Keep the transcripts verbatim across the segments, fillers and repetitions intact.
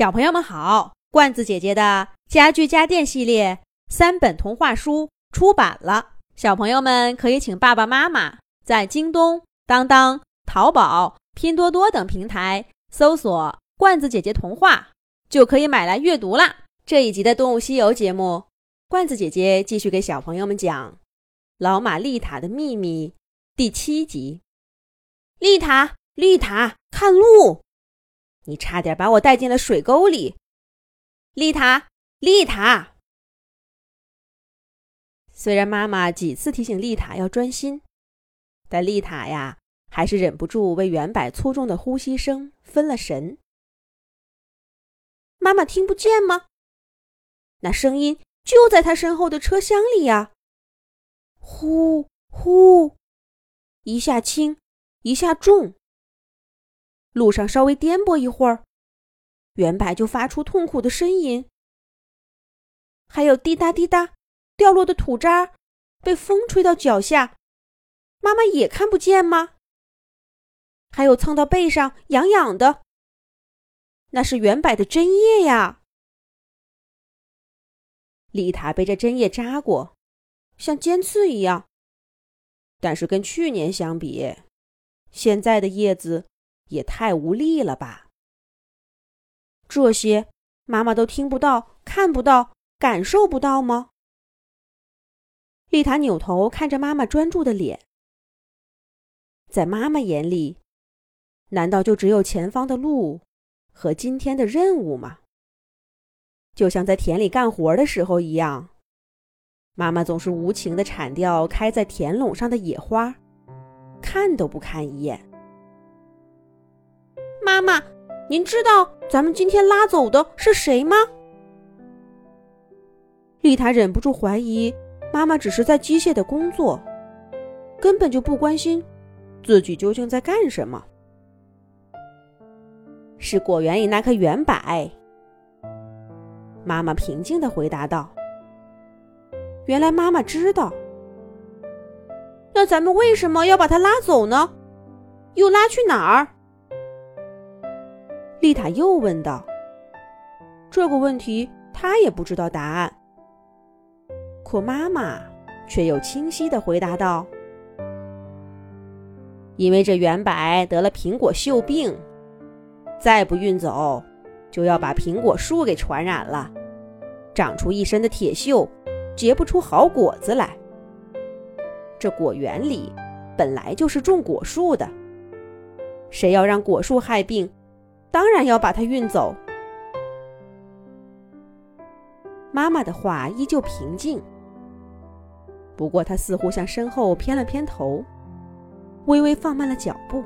小朋友们好，罐子姐姐的家具家电系列三本童话书出版了，小朋友们可以请爸爸妈妈在京东、当当、淘宝、拼多多等平台搜索罐子姐姐童话，就可以买来阅读啦。这一集的动物西游节目，罐子姐姐继续给小朋友们讲老马丽塔的秘密第七集。丽塔，丽塔，看路！你差点把我带进了水沟里。丽塔，丽塔！虽然妈妈几次提醒丽塔要专心，但丽塔呀，还是忍不住为原柏粗重的呼吸声分了神。妈妈听不见吗？那声音就在她身后的车厢里呀。呼呼，一下轻，一下重。路上稍微颠簸一会儿，原柏就发出痛苦的呻吟。还有滴答滴答掉落的土渣被风吹到脚下，妈妈也看不见吗？还有蹭到背上痒痒的，那是原柏的针叶呀。丽塔被这针叶扎过，像尖刺一样，但是跟去年相比，现在的叶子也太无力了吧。这些妈妈都听不到、看不到、感受不到吗？丽塔扭头看着妈妈专注的脸，在妈妈眼里，难道就只有前方的路和今天的任务吗？就像在田里干活的时候一样，妈妈总是无情地铲掉开在田垄上的野花，看都不看一眼。妈妈，您知道咱们今天拉走的是谁吗？丽塔忍不住怀疑妈妈只是在机械的工作，根本就不关心自己究竟在干什么。是果园里那棵原柏，妈妈平静地回答道。原来妈妈知道。那咱们为什么要把它拉走呢？又拉去哪儿？丽塔又问道。这个问题她也不知道答案，可妈妈却又清晰地回答道：因为这原柏得了苹果锈病，再不运走就要把苹果树给传染了，长出一身的铁锈，结不出好果子来。这果园里本来就是种果树的，谁要让果树害病，当然要把它运走。妈妈的话依旧平静，不过她似乎向身后偏了偏头，微微放慢了脚步。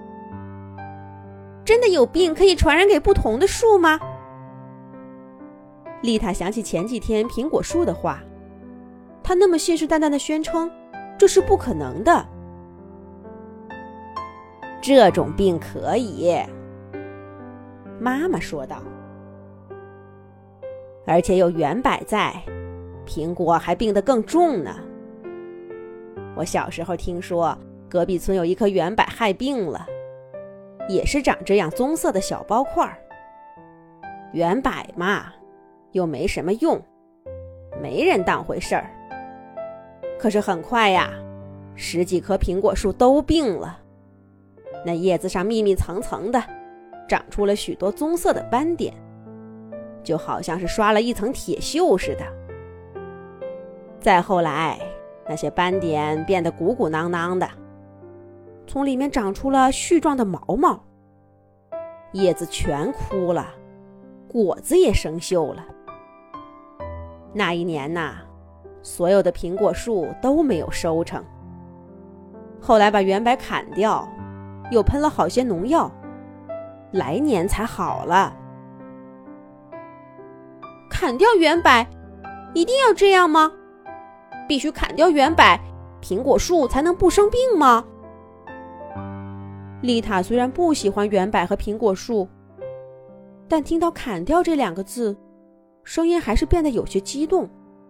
真的有病可以传染给不同的树吗？丽塔想起前几天苹果树的话，她那么信誓旦旦地宣称这是不可能的。这种病可以，妈妈说道，而且有原柏在，苹果还病得更重呢。我小时候听说隔壁村有一棵原柏害病了，也是长这样棕色的小包块。原柏嘛，又没什么用，没人当回事儿。可是很快呀，十几棵苹果树都病了，那叶子上密密层层的长出了许多棕色的斑点，就好像是刷了一层铁锈似的。再后来，那些斑点变得鼓鼓囊囊的，从里面长出了絮状的毛毛，叶子全枯了，果子也生锈了。那一年呐，所有的苹果树都没有收成。后来把原柏砍掉，又喷了好些农药，来年才好了。砍掉原柏，一定要这样吗？必须砍掉原柏，苹果树才能不生病吗？丽塔虽然不喜欢原柏和苹果树，但听到砍掉这两个字，声音还是变得有些激动。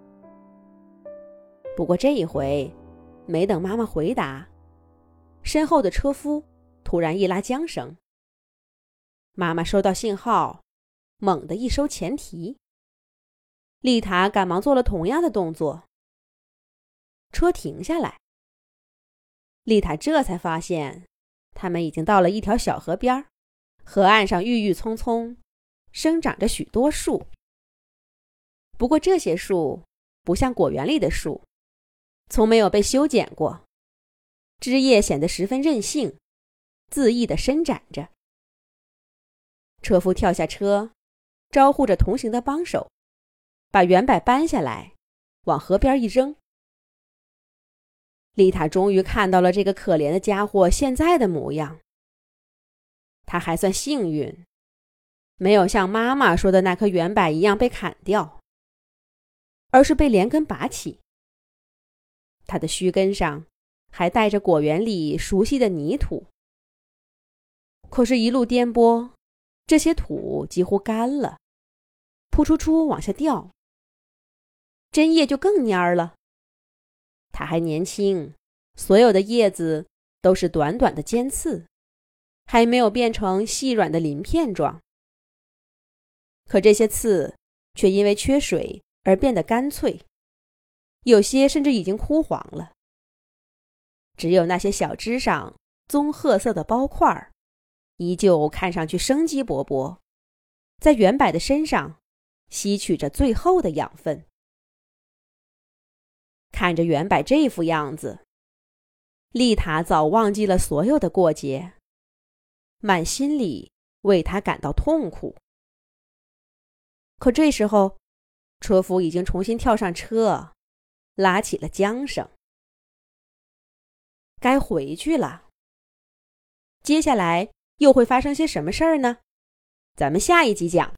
不过这一回，没等妈妈回答，身后的车夫突然一拉缰绳。妈妈收到信号， 猛地一收前蹄。丽塔赶忙做了同样的动作。车停下来，丽塔这才发现，他们已经到了一条小河边，河岸上郁郁葱葱，生长着许多树。不过这些树不像果园里的树，从没有被修剪过，枝叶显得十分韧性，恣意地伸展着。车夫跳下车，招呼着同行的帮手，把圆柏搬下来，往河边一扔。丽塔终于看到了这个可怜的家伙现在的模样。他还算幸运，没有像妈妈说的那棵圆柏一样被砍掉，而是被连根拔起。他的须根上还带着果园里熟悉的泥土。可是一路颠簸，这些土几乎干了，扑出出往下掉，针叶就更蔫儿了。它还年轻，所有的叶子都是短短的尖刺，还没有变成细软的鳞片状。可这些刺却因为缺水而变得干脆，有些甚至已经枯黄了。只有那些小枝上棕褐色的包块依旧看上去生机勃勃，在圆柏的身上吸取着最后的养分。看着圆柏这副样子，丽塔早忘记了所有的过节，满心里为他感到痛苦。可这时候，车夫已经重新跳上车，拉起了缰绳。该回去了。接下来又会发生些什么事儿呢？咱们下一集讲。